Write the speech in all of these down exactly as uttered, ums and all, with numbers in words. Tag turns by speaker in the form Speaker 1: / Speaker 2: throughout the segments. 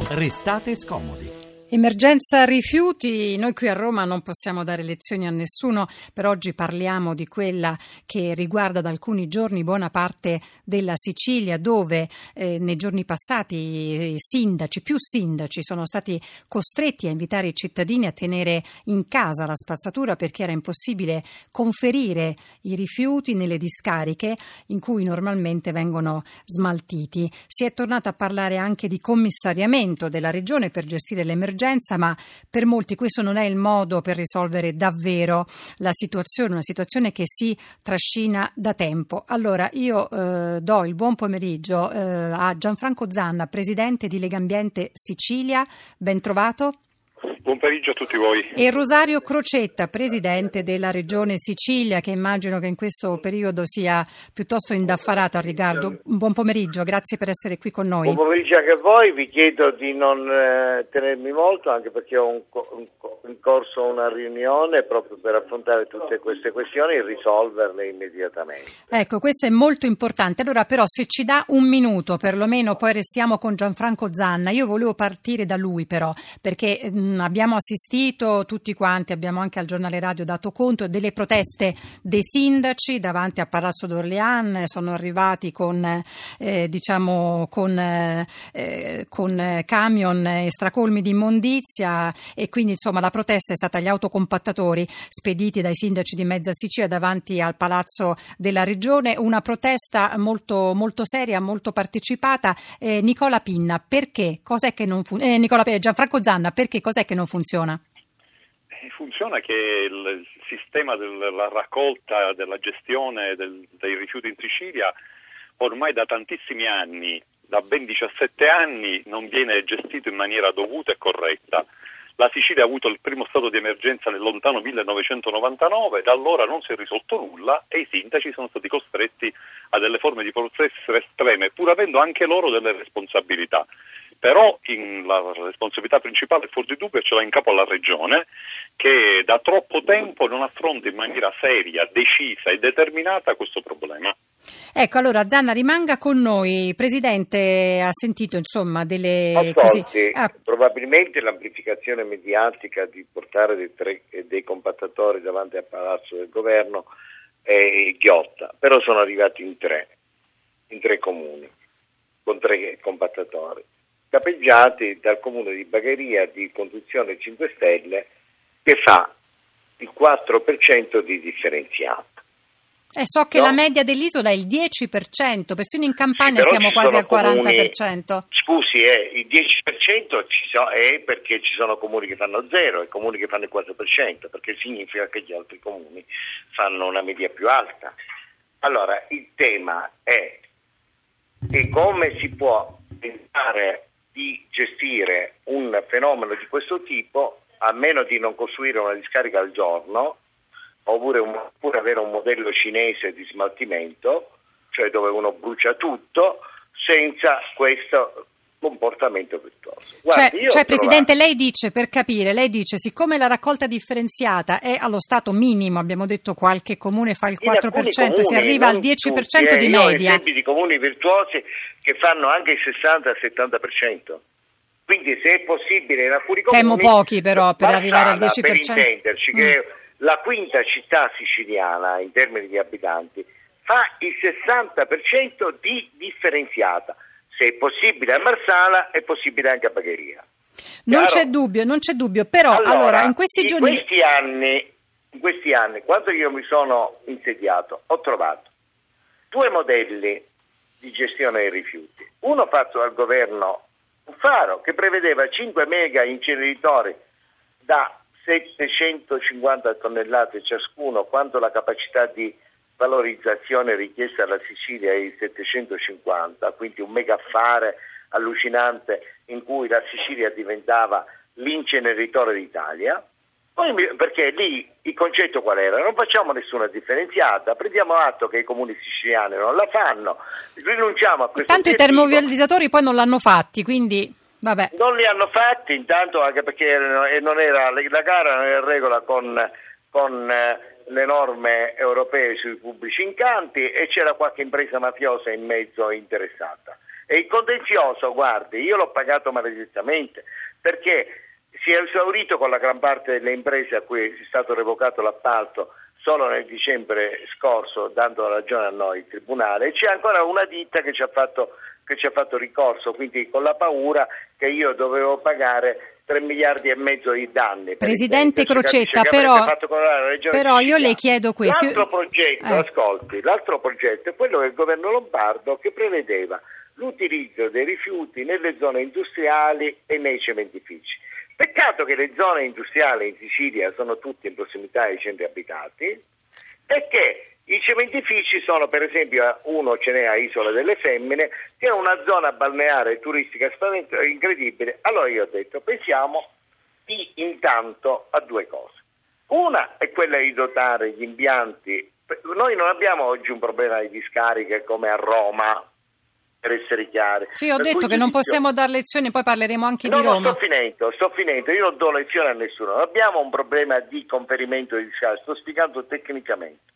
Speaker 1: Restate scomodi.
Speaker 2: Emergenza rifiuti, noi qui a Roma non possiamo dare lezioni a nessuno, per oggi parliamo di quella che riguarda da alcuni giorni buona parte della Sicilia, dove eh, nei giorni passati i sindaci, più sindaci, sono stati costretti a invitare i cittadini a tenere in casa la spazzatura perché era impossibile conferire i rifiuti nelle discariche in cui normalmente vengono smaltiti. Si è tornato a parlare anche di commissariamento della regione per gestire l'emergenza, ma per molti questo non è il modo per risolvere davvero la situazione, una situazione che si trascina da tempo. Allora io eh, do il buon pomeriggio eh, a Gianfranco Zanna, presidente di Legambiente Sicilia, ben trovato.
Speaker 3: Buon pomeriggio a tutti voi.
Speaker 2: E Rosario Crocetta, presidente della Regione Sicilia, che immagino che in questo periodo sia piuttosto indaffarato al riguardo. Buon pomeriggio, grazie per essere qui con noi.
Speaker 4: Buon pomeriggio anche a voi, vi chiedo di non eh, tenermi molto, anche perché ho un, un, in corso una riunione proprio per affrontare tutte queste questioni e risolverle immediatamente.
Speaker 2: Ecco, questo è molto importante. Allora però se ci dà un minuto, perlomeno poi restiamo con Gianfranco Zanna. Io volevo partire da lui però, perché mh, abbiamo assistito tutti quanti, abbiamo anche al giornale radio dato conto delle proteste dei sindaci davanti a Palazzo d'Orléans, sono arrivati con eh, diciamo con, eh, con camion e stracolmi di immondizia e quindi insomma la protesta è stata agli autocompattatori spediti dai sindaci di mezza Sicilia davanti al Palazzo della Regione, una protesta molto, molto seria, molto partecipata. Eh, Nicola Pinna, perché? Cos'è che non fun- eh, Nicola Gianfranco Zanna, perché cos'è che non funziona?
Speaker 3: Funziona che il sistema della raccolta, della gestione del, dei rifiuti in Sicilia ormai da tantissimi anni, da ben diciassette anni, non viene gestito in maniera dovuta e corretta. La Sicilia ha avuto il primo stato di emergenza nel lontano millenovecentonovantanove, da allora non si è risolto nulla e i sindaci sono stati costretti a delle forme di protesta estreme, pur avendo anche loro delle responsabilità. Però in la responsabilità principale, fuori di dubbio, ce l'ha in capo alla Regione, che da troppo tempo non affronta in maniera seria, decisa e determinata questo problema.
Speaker 2: Ecco, allora Zanna rimanga con noi. Presidente, ha sentito insomma delle...
Speaker 4: Ascolti,
Speaker 2: così... ah.
Speaker 4: probabilmente l'amplificazione mediatica di portare dei, tre, dei compattatori davanti al Palazzo del Governo è ghiotta, però sono arrivati in tre, in tre comuni, con tre compattatori, capeggiati dal comune di Bagheria di Conduzione cinque Stelle, che fa il quattro per cento di differenziato.
Speaker 2: Eh, so che
Speaker 4: no?
Speaker 2: la media dell'isola è il dieci per cento, persino in Campania
Speaker 4: sì,
Speaker 2: siamo quasi al
Speaker 4: comuni,
Speaker 2: quaranta per cento.
Speaker 4: Scusi, eh, il dieci per cento ci so, è perché ci sono comuni che fanno zero e comuni che fanno il quattro per cento, perché significa che gli altri comuni fanno una media più alta. Allora, il tema è che come si può pensare di gestire un fenomeno di questo tipo a meno di non costruire una discarica al giorno, oppure, un, oppure avere un modello cinese di smaltimento, cioè dove uno brucia tutto, senza questo comportamento virtuoso. Guardi,
Speaker 2: cioè, cioè Presidente,
Speaker 4: trovato...
Speaker 2: lei dice, per capire, lei dice, siccome la raccolta differenziata è allo stato minimo, abbiamo detto qualche comune fa il quattro per cento,
Speaker 4: comuni,
Speaker 2: si arriva al dieci per cento
Speaker 4: tutti,
Speaker 2: di
Speaker 4: eh,
Speaker 2: media.
Speaker 4: Io ho esempi di comuni virtuosi che fanno anche il sessanta settanta per cento. Quindi se è possibile in alcuni comuni...
Speaker 2: Temo pochi però per
Speaker 4: Marsala,
Speaker 2: arrivare al dieci per cento.
Speaker 4: Per intenderci, mm. che la quinta città siciliana in termini di abitanti fa il sessanta per cento di differenziata. Se è possibile a Marsala è possibile anche a Bagheria.
Speaker 2: Non
Speaker 4: Chiaro?
Speaker 2: c'è dubbio, non c'è dubbio, però allora, allora in questi
Speaker 4: in
Speaker 2: giorni...
Speaker 4: Questi anni, in questi anni, quando io mi sono insediato, ho trovato due modelli di gestione dei rifiuti. Uno fatto dal governo Faro, che prevedeva cinque mega inceneritori da settecentocinquanta tonnellate ciascuno, quanto la capacità di valorizzazione richiesta alla Sicilia è di settecentocinquanta, quindi un mega affare allucinante in cui la Sicilia diventava l'inceneritore d'Italia. Poi, perché lì il concetto qual era? Non facciamo nessuna differenziata, prendiamo atto che i comuni siciliani non la fanno, rinunciamo a questo.
Speaker 2: Tanto obiettivo. I termovalorizzatori poi non l'hanno fatti, quindi vabbè.
Speaker 4: Non li hanno fatti, intanto anche perché non era, la gara non era in regola con, con le norme europee sui pubblici incanti e c'era qualche impresa mafiosa in mezzo interessata. E il contenzioso, guardi, io l'ho pagato maledettamente, perché si è esaurito con la gran parte delle imprese a cui è stato revocato l'appalto solo nel dicembre scorso, dando ragione a noi il Tribunale, e c'è ancora una ditta che ci ha fatto, che ci ha fatto ricorso, quindi con la paura che io dovevo pagare tre miliardi e mezzo di danni.
Speaker 2: Presidente Crocetta, però, però io le chiedo questo.
Speaker 4: L'altro progetto, eh. ascolti, l'altro progetto è quello del governo lombardo che prevedeva l'utilizzo dei rifiuti nelle zone industriali e nei cementifici. Peccato che le zone industriali in Sicilia sono tutte in prossimità ai centri abitati, perché i cementifici sono, per esempio, uno ce n'è a Isola delle Femmine, che è una zona balneare turistica incredibile. Allora io ho detto, pensiamo di, intanto a due cose. Una è quella di dotare gli impianti. Noi non abbiamo oggi un problema di discariche come a Roma, per essere chiari.
Speaker 2: Sì, ho
Speaker 4: per
Speaker 2: detto che non possiamo dar lezioni, poi parleremo anche
Speaker 4: no,
Speaker 2: di Roma.
Speaker 4: No, sto finendo, sto finendo, io non do lezioni a nessuno. Non abbiamo un problema di conferimento di discariche, sto spiegando tecnicamente.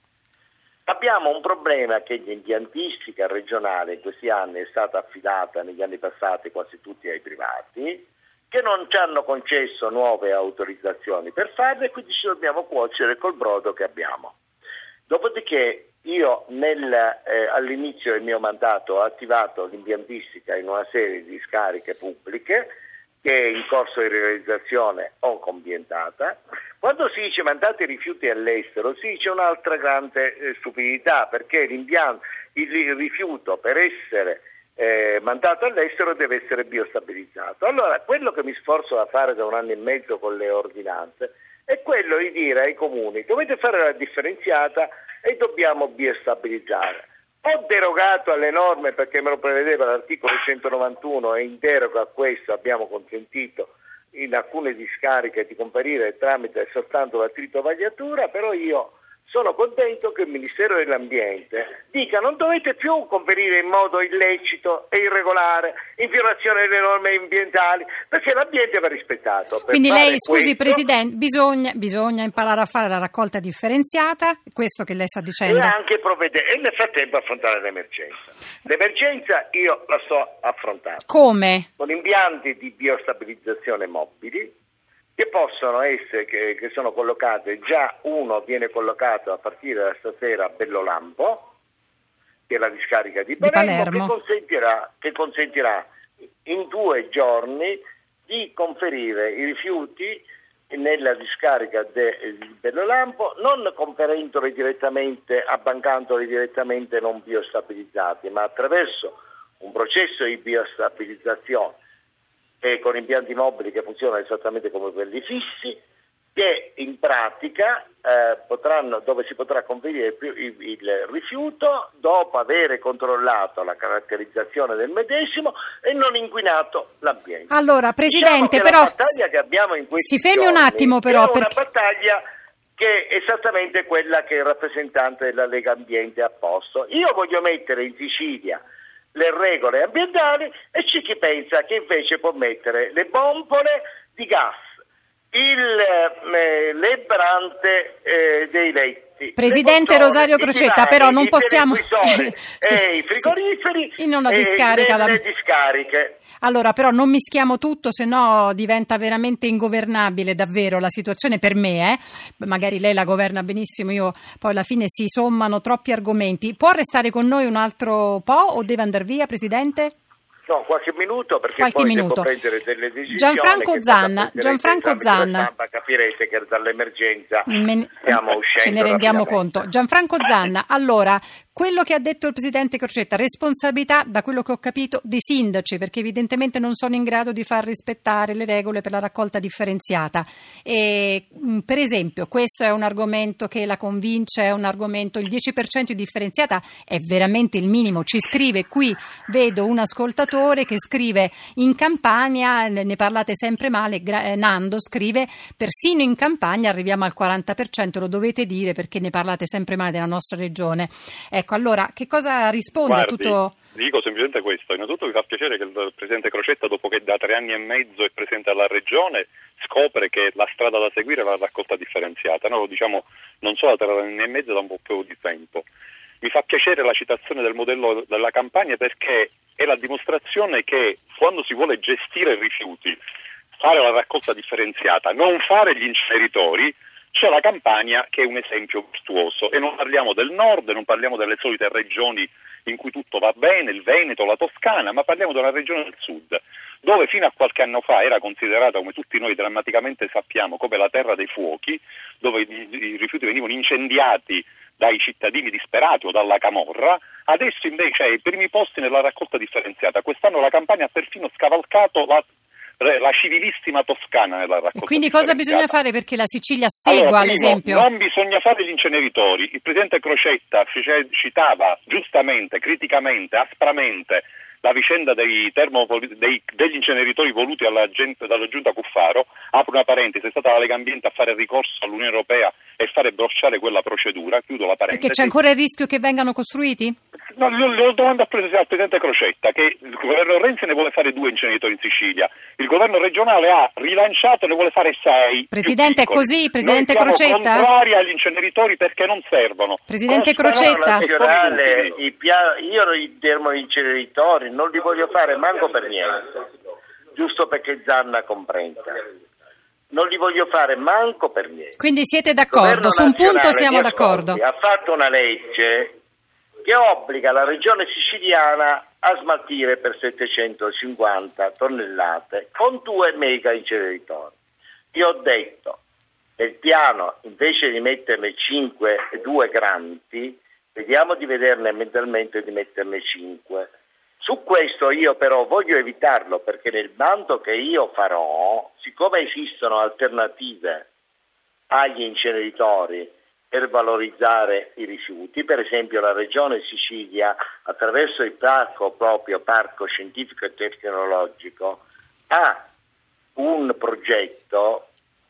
Speaker 4: Abbiamo un problema che l'impiantistica regionale in questi anni è stata affidata negli anni passati quasi tutti ai privati, che non ci hanno concesso nuove autorizzazioni per farle, e quindi ci dobbiamo cuocere col brodo che abbiamo. Dopodiché io nel, eh, all'inizio del mio mandato ho attivato l'impiantistica in una serie di discariche pubbliche che è in corso di realizzazione o compientata. Quando si dice mandate i rifiuti all'estero si dice un'altra grande eh, stupidità, perché l'impianto, il, il rifiuto per essere eh, mandato all'estero deve essere biostabilizzato. Allora quello che mi sforzo da fare da un anno e mezzo con le ordinanze è quello di dire ai comuni: dovete fare la differenziata e dobbiamo biostabilizzare. Ho derogato alle norme perché me lo prevedeva l'articolo centonovantuno e in deroga a questo abbiamo consentito in alcune discariche di comparire tramite soltanto la tritovagliatura, però io sono contento che il Ministero dell'Ambiente dica non dovete più conferire in modo illecito e irregolare, in violazione delle norme ambientali, perché l'ambiente va rispettato. Per
Speaker 2: Quindi lei, scusi
Speaker 4: questo,
Speaker 2: Presidente, bisogna, bisogna imparare a fare la raccolta differenziata, questo che lei sta dicendo?
Speaker 4: E anche provvedere, e nel frattempo affrontare l'emergenza. L'emergenza io la sto affrontando.
Speaker 2: Come?
Speaker 4: Con impianti di biostabilizzazione mobili, che possono essere, che, che sono collocate, già uno viene collocato a partire da stasera a Bellolampo, che è la discarica di Palermo, di Palermo. Che, consentirà, che consentirà in due giorni di conferire i rifiuti nella discarica de, di Bellolampo, non conferendoli direttamente, abbancandoli direttamente non biostabilizzati, ma attraverso un processo di biostabilizzazione e con impianti mobili che funzionano esattamente come quelli fissi, che in pratica eh, potranno, dove si potrà conferire il, il, il rifiuto dopo aver controllato la caratterizzazione del medesimo e non inquinato l'ambiente.
Speaker 2: Allora, Presidente,
Speaker 4: diciamo
Speaker 2: però
Speaker 4: la battaglia che abbiamo in questi
Speaker 2: si fermi un attimo, però,
Speaker 4: è
Speaker 2: perché...
Speaker 4: una battaglia che è esattamente quella che il rappresentante della Lega Ambiente ha posto. Io voglio mettere in Sicilia le regole ambientali e c'è chi pensa che invece può mettere le bombole di gas, il eh, l'ebbrante eh, dei letti.
Speaker 2: Presidente Rosario Crocetta, però non possiamo
Speaker 4: sì, e i frigoriferi
Speaker 2: sì, in una discarica,
Speaker 4: e nelle
Speaker 2: la...
Speaker 4: discariche.
Speaker 2: Allora, però non mischiamo tutto, se no diventa veramente ingovernabile davvero la situazione per me, eh? Magari lei la governa benissimo, io poi alla fine si sommano troppi argomenti. Può restare con noi un altro po' o deve andare via, Presidente?
Speaker 4: No, qualche minuto perché
Speaker 2: qualche
Speaker 4: poi
Speaker 2: minuto.
Speaker 4: devo prendere delle decisioni.
Speaker 2: Gianfranco Zanna, Gianfranco Zanna.
Speaker 4: Stampa, capirete che dall'emergenza
Speaker 2: Me...
Speaker 4: stiamo uscendo.
Speaker 2: Ce ne rendiamo conto. Gianfranco Zanna, allora, quello che ha detto il Presidente Crocetta, responsabilità, da quello che ho capito, dei sindaci, perché evidentemente non sono in grado di far rispettare le regole per la raccolta differenziata. E, per esempio, questo è un argomento che la convince, è un argomento, il dieci per cento di differenziata è veramente il minimo. Ci scrive qui, vedo un ascoltatore che scrive in Campania, ne parlate sempre male, Nando scrive, persino in Campania arriviamo al quaranta per cento, lo dovete dire perché ne parlate sempre male della nostra regione. Ecco, allora, che cosa risponde
Speaker 3: Guardi,
Speaker 2: a tutto?
Speaker 3: Dico semplicemente questo. Innanzututto mi fa piacere che il Presidente Crocetta, dopo che da tre anni e mezzo è presente alla Regione, scopre che la strada da seguire è la raccolta differenziata. Noi lo diciamo non solo da tre anni e mezzo, da un po' più di tempo. Mi fa piacere la citazione del modello della Campania, perché è la dimostrazione che quando si vuole gestire i rifiuti, fare la raccolta differenziata, non fare gli inceneritori, c'è la Campania che è un esempio virtuoso, e non parliamo del nord, non parliamo delle solite regioni in cui tutto va bene, il Veneto, la Toscana, ma parliamo della regione del sud, dove fino a qualche anno fa era considerata, come tutti noi drammaticamente sappiamo, come la terra dei fuochi, dove i, i rifiuti venivano incendiati dai cittadini disperati o dalla camorra. Adesso invece è ai primi posti nella raccolta differenziata. Quest'anno la Campania ha perfino scavalcato la la civilissima Toscana nella raccolta.
Speaker 2: E quindi cosa bisogna fare perché la Sicilia segua
Speaker 3: allora, primo,
Speaker 2: l'esempio?
Speaker 3: Non bisogna fare gli inceneritori. Il presidente Crocetta citava giustamente, criticamente, aspramente la vicenda dei termo, dei, degli inceneritori voluti alla gente, dalla giunta Cuffaro. Apro una parentesi, è stata la Lega Ambiente a fare ricorso all'Unione Europea e fare bocciare quella procedura. Chiudo la parentesi.
Speaker 2: Perché c'è ancora il rischio che vengano costruiti?
Speaker 3: No, lo domando al presidente Crocetta, che il governo Renzi ne vuole fare due inceneritori in Sicilia, il governo regionale ha rilanciato e ne vuole fare sei.
Speaker 2: Presidente, è così, presidente
Speaker 3: Noi
Speaker 2: Crocetta?
Speaker 3: siamo contrari agli inceneritori perché non servono.
Speaker 2: Presidente
Speaker 3: Costano
Speaker 2: Crocetta?
Speaker 4: Nazionale, i pia- io i termoinceneritori non li voglio fare manco per niente, giusto perché Zanna comprenda. Non li voglio fare manco per niente.
Speaker 2: Quindi siete d'accordo, su un punto siamo d'accordo.
Speaker 4: Ha fatto una legge che obbliga la regione siciliana a smaltire per settecentocinquanta tonnellate con due mega inceneritori. Io ho detto, nel piano, invece di metterne cinque e due grandi, vediamo di vederne mentalmente di metterne cinque. Su questo io però voglio evitarlo, perché nel bando che io farò, siccome esistono alternative agli inceneritori per valorizzare i rifiuti, per esempio la Regione Sicilia attraverso il parco proprio parco scientifico e tecnologico ha un progetto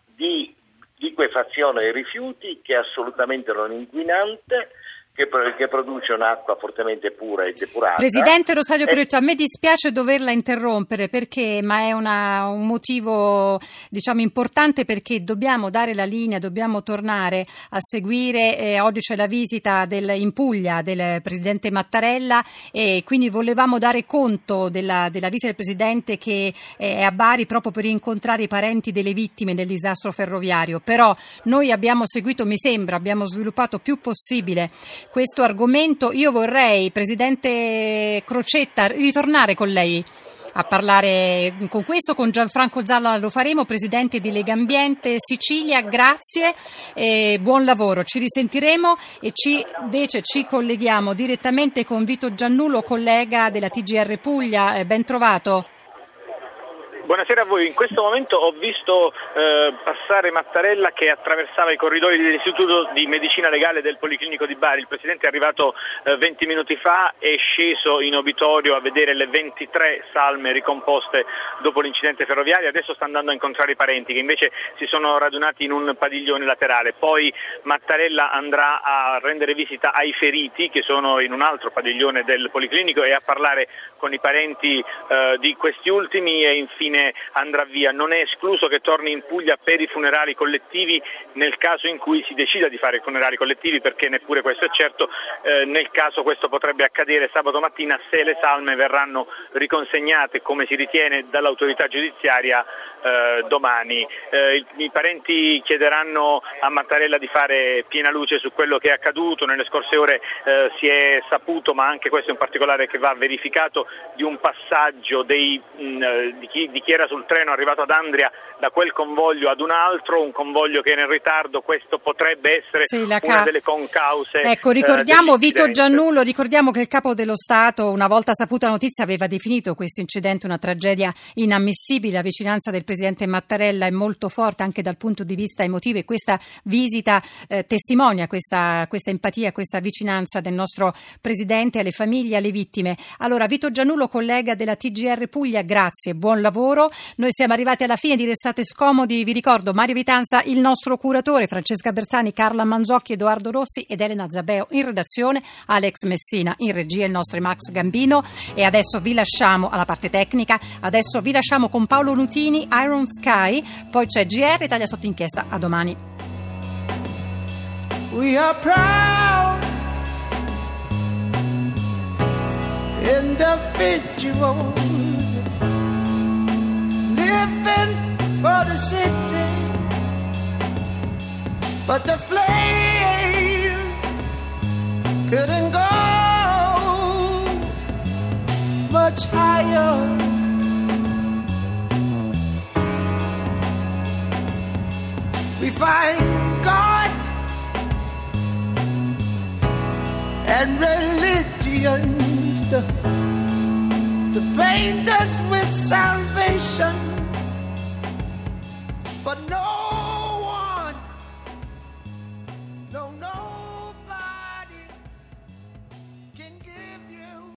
Speaker 4: di liquefazione dei rifiuti che è assolutamente non inquinante, che, che produce un'acqua fortemente pura e depurata.
Speaker 2: Presidente Rosario Crocetta, a me dispiace doverla interrompere perché, ma è una, un motivo diciamo importante, perché dobbiamo dare la linea, dobbiamo tornare a seguire, eh, oggi c'è la visita del, in Puglia del Presidente Mattarella, e quindi volevamo dare conto della, della visita del Presidente che è a Bari proprio per incontrare i parenti delle vittime del disastro ferroviario, però noi abbiamo seguito, mi sembra, abbiamo sviluppato più possibile questo argomento. Io vorrei, Presidente Crocetta, ritornare con lei a parlare con questo, con Gianfranco Zalla lo faremo, Presidente di Lega Ambiente Sicilia, grazie e buon lavoro, ci risentiremo e ci, invece ci colleghiamo direttamente con Vito Giannulo, collega della T G R Puglia, eh, ben trovato.
Speaker 1: Buonasera a voi. In questo momento ho visto eh, passare Mattarella che attraversava i corridoi dell'Istituto di Medicina Legale del Policlinico di Bari. Il Presidente è arrivato eh, venti minuti fa, è sceso in obitorio a vedere le ventitré salme ricomposte dopo l'incidente ferroviario, adesso sta andando a incontrare i parenti che invece si sono radunati in un padiglione laterale. Poi Mattarella andrà a rendere visita ai feriti che sono in un altro padiglione del Policlinico e a parlare con i parenti eh, di questi ultimi, e infine andrà via. Non è escluso che torni in Puglia per i funerali collettivi nel caso in cui si decida di fare i funerali collettivi, perché neppure questo è certo. Eh, nel caso questo potrebbe accadere sabato mattina se le salme verranno riconsegnate come si ritiene dall'autorità giudiziaria eh, domani. Eh, i, I parenti chiederanno a Mattarella di fare piena luce su quello che è accaduto. Nelle scorse ore eh, si è saputo, ma anche questo è un particolare che va verificato, di un passaggio dei, mh, di, chi, di chi era sul treno arrivato ad Andria da quel convoglio ad un altro, un convoglio che è in ritardo. Questo potrebbe essere sì, una ca- delle concause.
Speaker 2: Ecco, ricordiamo eh, Vito Giannulo, ricordiamo che il Capo dello Stato, una volta saputa la notizia, aveva definito questo incidente una tragedia inammissibile. La vicinanza del Presidente Mattarella è molto forte anche dal punto di vista emotivo, e questa visita eh, testimonia questa, questa empatia, questa vicinanza del nostro Presidente alle famiglie, alle vittime. Allora, Vito Giannulo, collega della T G R Puglia, grazie, buon lavoro. Noi siamo arrivati alla fine di Restate Scomodi. Vi ricordo Mario Vitanza, il nostro curatore, Francesca Bersani, Carla Manzocchi, Edoardo Rossi ed Elena Zabeo in redazione, Alex Messina in regia, il nostro Max Gambino. E adesso vi lasciamo alla parte tecnica, adesso vi lasciamo con Paolo Nutini, Iron Sky, poi c'è G R Italia sotto inchiesta. A domani.
Speaker 5: We are proud individual living for the city, but the flames couldn't go much higher. We find God and religions to, to paint us with salvation, but no